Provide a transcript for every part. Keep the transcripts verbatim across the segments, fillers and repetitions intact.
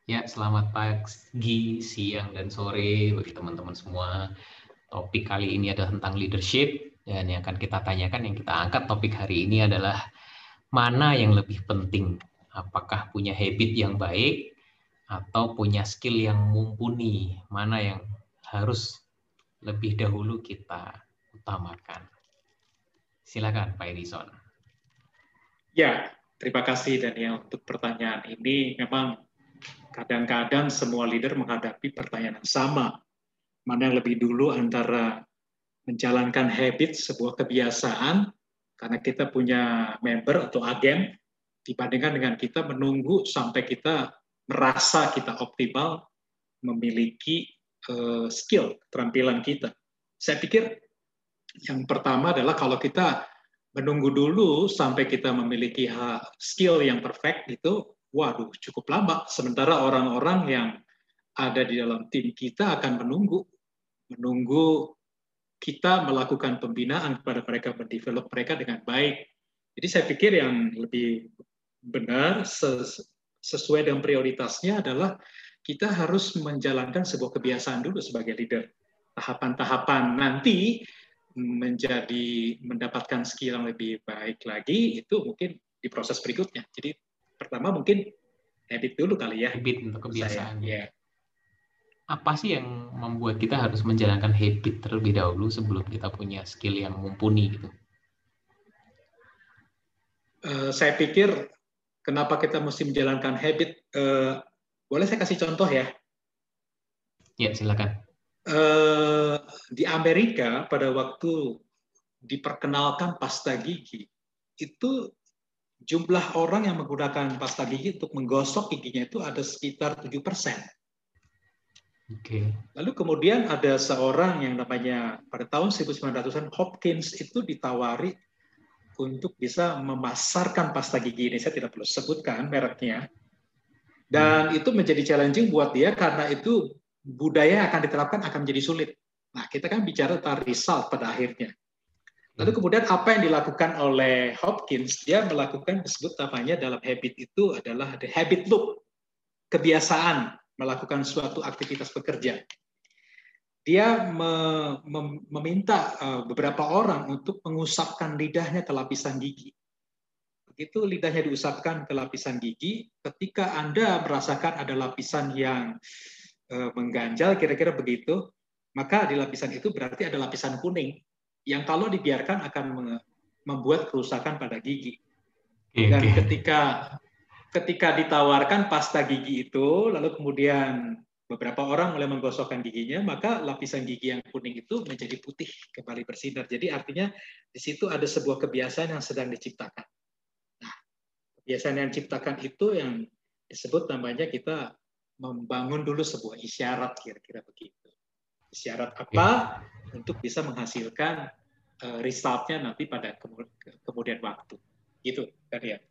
Ya, selamat pagi, siang, dan sore bagi teman-teman semua. Topik kali ini adalah tentang leadership, dan yang akan kita tanyakan, yang kita angkat topik hari ini adalah mana yang lebih penting? Apakah punya habit yang baik atau punya skill yang mumpuni? Mana yang harus lebih dahulu kita utamakan? Silakan, Pak Edison. Ya, terima kasih Daniel untuk pertanyaan ini. Memang kadang-kadang semua leader menghadapi pertanyaan yang sama. Mana yang lebih dulu antara menjalankan habit, sebuah kebiasaan, karena kita punya member atau agen, dibandingkan dengan kita menunggu sampai kita merasa kita optimal, memiliki uh, skill, keterampilan kita. Saya pikir yang pertama adalah kalau kita menunggu dulu sampai kita memiliki skill yang perfect itu, waduh cukup lama. Sementara orang-orang yang ada di dalam tim kita akan menunggu, menunggu kita melakukan pembinaan kepada mereka, mendevelop mereka dengan baik. Jadi saya pikir yang lebih benar sesuai dengan prioritasnya adalah kita harus menjalankan sebuah kebiasaan dulu sebagai leader. Tahapan-tahapan nanti menjadi mendapatkan skill yang lebih baik lagi itu mungkin di proses berikutnya. Jadi pertama mungkin habit dulu kali ya. Habit untuk kebiasaannya. Ya. Apa sih yang membuat kita harus menjalankan habit terlebih dahulu sebelum kita punya skill yang mumpuni gitu? Uh, saya pikir kenapa kita mesti menjalankan habit? Uh, boleh saya kasih contoh ya? Ya, silakan. Uh, di Amerika pada waktu diperkenalkan pasta gigi, itu jumlah orang yang menggunakan pasta gigi untuk menggosok giginya itu ada sekitar tujuh persen. Okay. Lalu kemudian ada seorang yang namanya pada tahun seribu sembilan ratusan Hopkins itu ditawari untuk bisa memasarkan pasta gigi ini. Saya tidak perlu sebutkan mereknya. Dan hmm. itu menjadi challenging buat dia karena itu budaya yang akan diterapkan akan menjadi sulit. Nah, kita kan bicara tentang result pada akhirnya. Lalu kemudian apa yang dilakukan oleh Hopkins, dia melakukan disebut namanya dalam habit itu adalah the habit loop, kebiasaan melakukan suatu aktivitas bekerja. Dia me, mem, meminta uh, beberapa orang untuk mengusapkan lidahnya ke lapisan gigi. Begitu lidahnya diusapkan ke lapisan gigi, ketika Anda merasakan ada lapisan yang uh, mengganjal, kira-kira begitu, maka di lapisan itu berarti ada lapisan kuning yang kalau dibiarkan akan membuat kerusakan pada gigi. Dan okay. ketika ketika ditawarkan pasta gigi itu, lalu kemudian beberapa orang mulai menggosokkan giginya, maka lapisan gigi yang kuning itu menjadi putih, kembali bersinar. Jadi artinya di situ ada sebuah kebiasaan yang sedang diciptakan. Nah, kebiasaan yang diciptakan itu yang disebut namanya kita membangun dulu sebuah isyarat, kira-kira begitu. Isyarat apa? Okay. Untuk bisa menghasilkan uh, result-nya nanti pada kemudian waktu. Gitu, kan ya.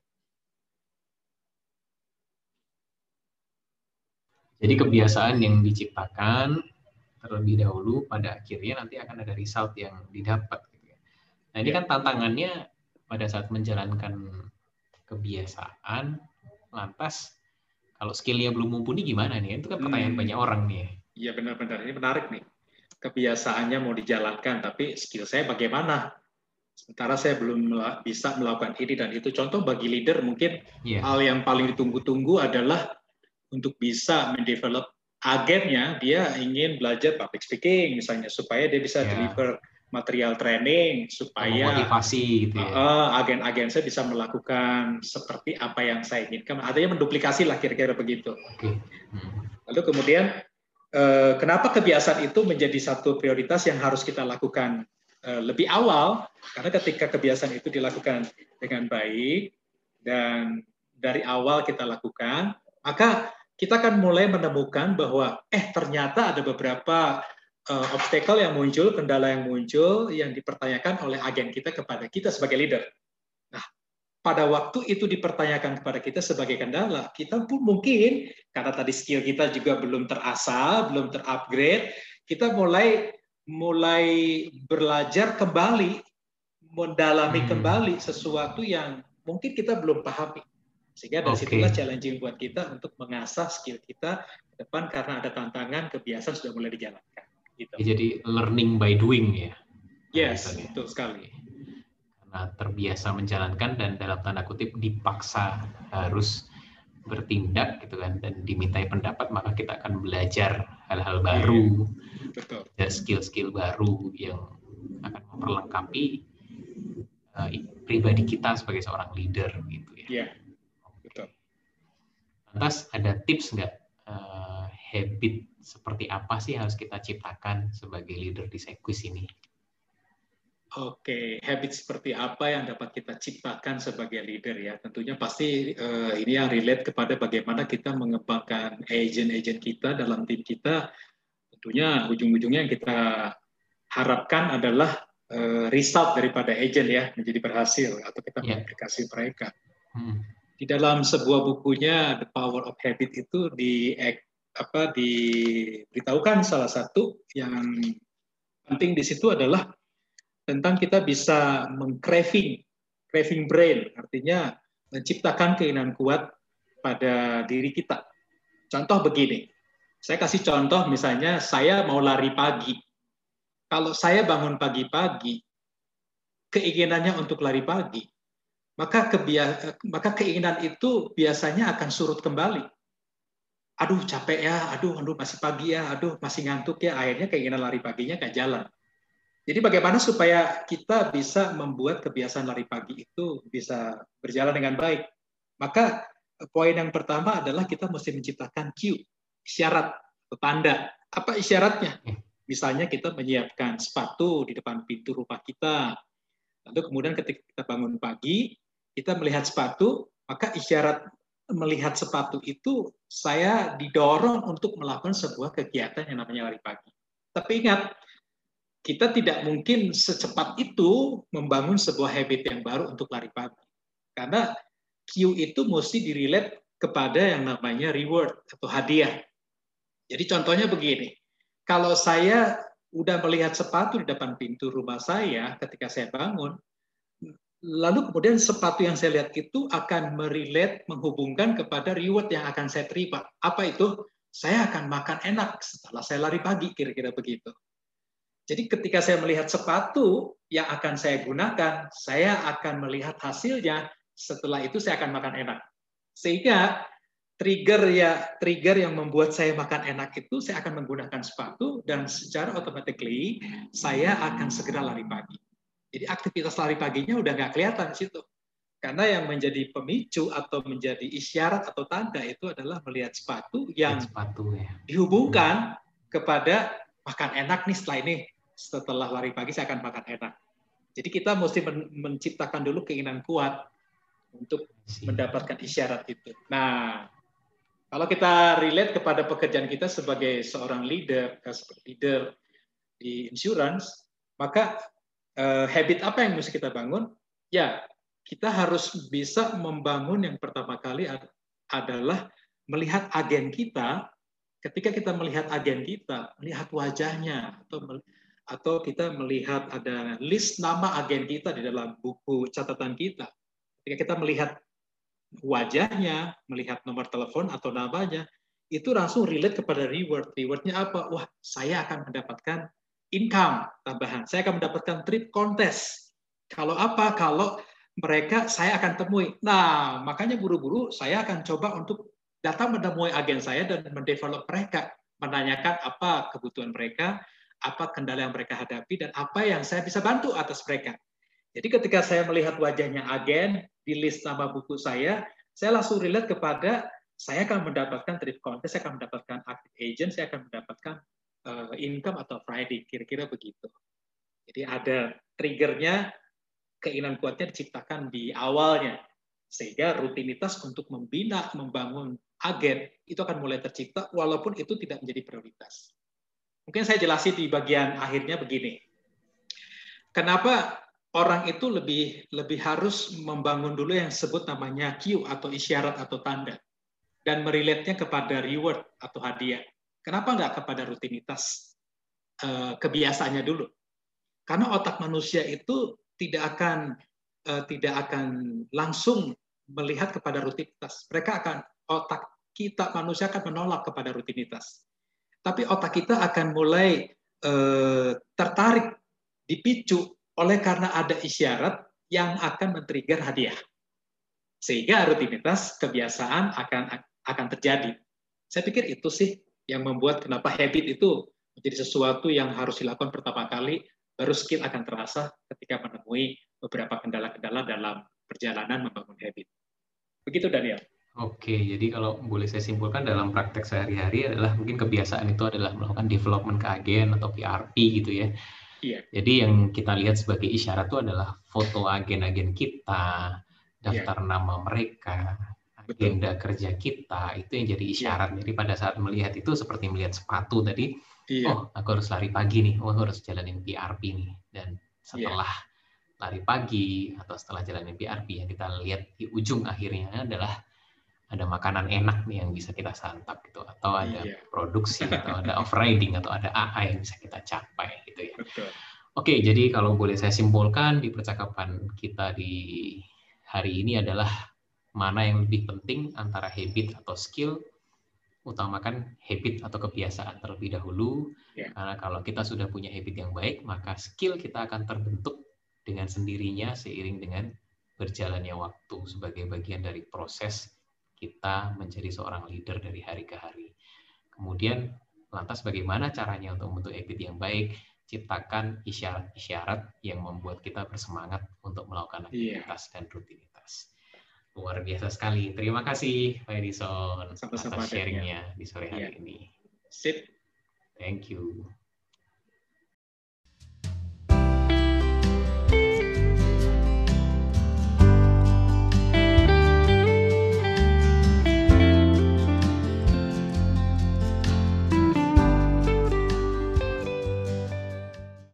Jadi kebiasaan yang diciptakan terlebih dahulu pada akhirnya nanti akan ada result yang didapat. Nah ini kan tantangannya pada saat menjalankan kebiasaan, lantas kalau skillnya belum mumpuni gimana nih? Itu kan pertanyaan hmm. banyak orang nih. Iya benar-benar, ini menarik nih. Kebiasaannya mau dijalankan, tapi skill saya bagaimana? Sementara saya belum bisa melakukan ini dan itu. Contoh bagi leader mungkin yeah. hal yang paling ditunggu-tunggu adalah untuk bisa mendevelop agennya, dia ingin belajar public speaking misalnya, supaya dia bisa yeah. deliver material training, supaya motivasi gitu ya. uh, agen-agen saya bisa melakukan seperti apa yang saya inginkan. Artinya menduplikasi lah kira-kira begitu. Okay. Hmm. Lalu kemudian, uh, kenapa kebiasaan itu menjadi satu prioritas yang harus kita lakukan uh, lebih awal? Karena ketika kebiasaan itu dilakukan dengan baik, dan dari awal kita lakukan, maka kita akan mulai menemukan bahwa eh ternyata ada beberapa uh, obstacle yang muncul, kendala yang muncul yang dipertanyakan oleh agen kita kepada kita sebagai leader. Nah, pada waktu itu dipertanyakan kepada kita sebagai kendala, kita pun mungkin karena tadi skill kita juga belum terasah, belum terupgrade, kita mulai mulai belajar kembali, mendalami hmm. kembali sesuatu yang mungkin kita belum pahami. Sehingga dari situlah Oke. challenging buat kita untuk mengasah skill kita ke depan karena ada tantangan, kebiasaan sudah mulai dijalankan. Gitu. Ya, jadi learning by doing ya. Yes, Gitu ya. betul sekali. Karena terbiasa menjalankan dan dalam tanda kutip dipaksa harus bertindak gitu kan, dan dimintai pendapat, maka kita akan belajar hal-hal baru, yeah, betul. belajar skill-skill baru yang akan memperlengkapi uh, pribadi kita sebagai seorang leader gitu ya. Iya, yeah, betul. Lantas ada tips nggak uh, habit seperti apa sih harus kita ciptakan sebagai leader di Sequis ini? Oke, habit seperti apa yang dapat kita ciptakan sebagai leader ya? Tentunya pasti uh, ini yang relate kepada bagaimana kita mengembangkan agent-agent kita dalam tim kita. Tentunya ujung-ujungnya yang kita harapkan adalah uh, result daripada agent ya, menjadi berhasil atau kita Yeah. mengaplikasi mereka. Hmm. Di dalam sebuah bukunya The Power of Habit itu di apa diberitahukan salah satu yang penting di situ adalah tentang kita bisa meng-craving, craving brain, artinya menciptakan keinginan kuat pada diri kita. Contoh begini, saya kasih contoh misalnya saya mau lari pagi. Kalau saya bangun pagi-pagi, keinginannya untuk lari pagi, maka, kebia- maka keinginan itu biasanya akan surut kembali. Aduh capek ya, aduh, aduh masih pagi ya, aduh masih ngantuk ya, akhirnya keinginan lari paginya nggak jalan. Jadi bagaimana supaya kita bisa membuat kebiasaan lari pagi itu bisa berjalan dengan baik? Maka poin yang pertama adalah kita mesti menciptakan cue, isyarat atau tanda. Apa isyaratnya? Misalnya kita menyiapkan sepatu di depan pintu rumah kita. Lalu kemudian ketika kita bangun pagi, kita melihat sepatu, maka isyarat melihat sepatu itu saya didorong untuk melakukan sebuah kegiatan yang namanya lari pagi. Tapi ingat, kita tidak mungkin secepat itu membangun sebuah habit yang baru untuk lari pagi. Karena cue itu mesti direlate kepada yang namanya reward atau hadiah. Jadi contohnya begini, kalau saya udah melihat sepatu di depan pintu rumah saya ketika saya bangun, lalu kemudian sepatu yang saya lihat itu akan merelate, menghubungkan kepada reward yang akan saya terima. Apa itu? Saya akan makan enak setelah saya lari pagi, kira-kira begitu. Jadi ketika saya melihat sepatu yang akan saya gunakan, saya akan melihat hasilnya, setelah itu saya akan makan enak. Sehingga trigger ya trigger yang membuat saya makan enak itu saya akan menggunakan sepatu dan secara automatically saya akan segera lari pagi. Jadi aktivitas lari paginya udah nggak kelihatan di situ. Karena yang menjadi pemicu atau menjadi isyarat atau tanda itu adalah melihat sepatu yang sepatu, ya. dihubungkan kepada makan enak nih setelah ini, setelah lari pagi saya akan makan enak. Jadi kita mesti men menciptakan dulu keinginan kuat untuk mendapatkan isyarat itu. Nah, kalau kita relate kepada pekerjaan kita sebagai seorang leader, sebagai leader di insurance, maka eh, habit apa yang mesti kita bangun? Ya, kita harus bisa membangun yang pertama kali adalah melihat agen kita. Ketika kita melihat agen kita, melihat wajahnya, atau atau kita melihat ada list nama agen kita di dalam buku catatan kita. Ketika kita melihat wajahnya, melihat nomor telepon atau namanya, itu langsung relate kepada reward. Rewardnya apa? Wah, saya akan mendapatkan income tambahan. Saya akan mendapatkan trip kontes. Kalau apa? Kalau mereka saya akan temui. Nah, makanya buru-buru saya akan coba untuk datang menemui agen saya dan mendevelop mereka, menanyakan apa kebutuhan mereka, apa kendala yang mereka hadapi, dan apa yang saya bisa bantu atas mereka. Jadi ketika saya melihat wajahnya agen di list nama buku saya, saya langsung relate kepada saya akan mendapatkan trip kontes, saya akan mendapatkan active agent, saya akan mendapatkan uh, income atau Friday, kira-kira begitu. Jadi ada triggernya, keinginan kuatnya diciptakan di awalnya, sehingga rutinitas untuk membina, membangun agen itu akan mulai tercipta walaupun itu tidak menjadi prioritas. Mungkin saya jelasin di bagian akhirnya begini. Kenapa orang itu lebih lebih harus membangun dulu yang disebut namanya cue atau isyarat atau tanda dan merelate-nya kepada reward atau hadiah. Kenapa nggak kepada rutinitas eh, kebiasaannya dulu? Karena otak manusia itu tidak akan eh, tidak akan langsung melihat kepada rutinitas. Mereka akan, otak kita manusia akan menolak kepada rutinitas. Tapi otak kita akan mulai eh, tertarik, dipicu oleh karena ada isyarat yang akan men-trigger hadiah. Sehingga rutinitas, kebiasaan akan akan terjadi. Saya pikir itu sih yang membuat kenapa habit itu menjadi sesuatu yang harus dilakukan pertama kali, baru skill akan terasa ketika menemui beberapa kendala-kendala dalam perjalanan membangun habit. Begitu, Daniel. Oke, jadi kalau boleh saya simpulkan dalam praktek sehari-hari adalah mungkin kebiasaan itu adalah melakukan development keagen atau P R P gitu ya. Iya. Jadi yang kita lihat sebagai isyarat itu adalah foto agen-agen kita, daftar iya. nama mereka, agenda Betul. kerja kita, itu yang jadi isyarat. Iya. Jadi pada saat melihat itu seperti melihat sepatu tadi, iya. oh aku harus lari pagi nih, oh aku harus jalanin P R P nih. Dan setelah iya. lari pagi atau setelah jalanin P R P, yang kita lihat di ujung akhirnya adalah ada makanan enak nih yang bisa kita santap gitu, atau ada iya. produksi, atau ada off-riding, atau ada A A yang bisa kita capai gitu ya. Betul. Oke, jadi kalau boleh saya simpulkan di percakapan kita di hari ini adalah mana yang lebih penting antara habit atau skill. Utamakan habit atau kebiasaan terlebih dahulu, yeah. karena kalau kita sudah punya habit yang baik, maka skill kita akan terbentuk dengan sendirinya seiring dengan berjalannya waktu sebagai bagian dari proses kita menjadi seorang leader dari hari ke hari. Kemudian, lantas bagaimana caranya untuk membentuk habit yang baik? Ciptakan isyarat-isyarat yang membuat kita bersemangat untuk melakukan aktivitas yeah. dan rutinitas. Luar biasa sekali. Terima kasih, Pak Edison, atas sharing-nya di sore hari yeah. ini. Sip. Thank you.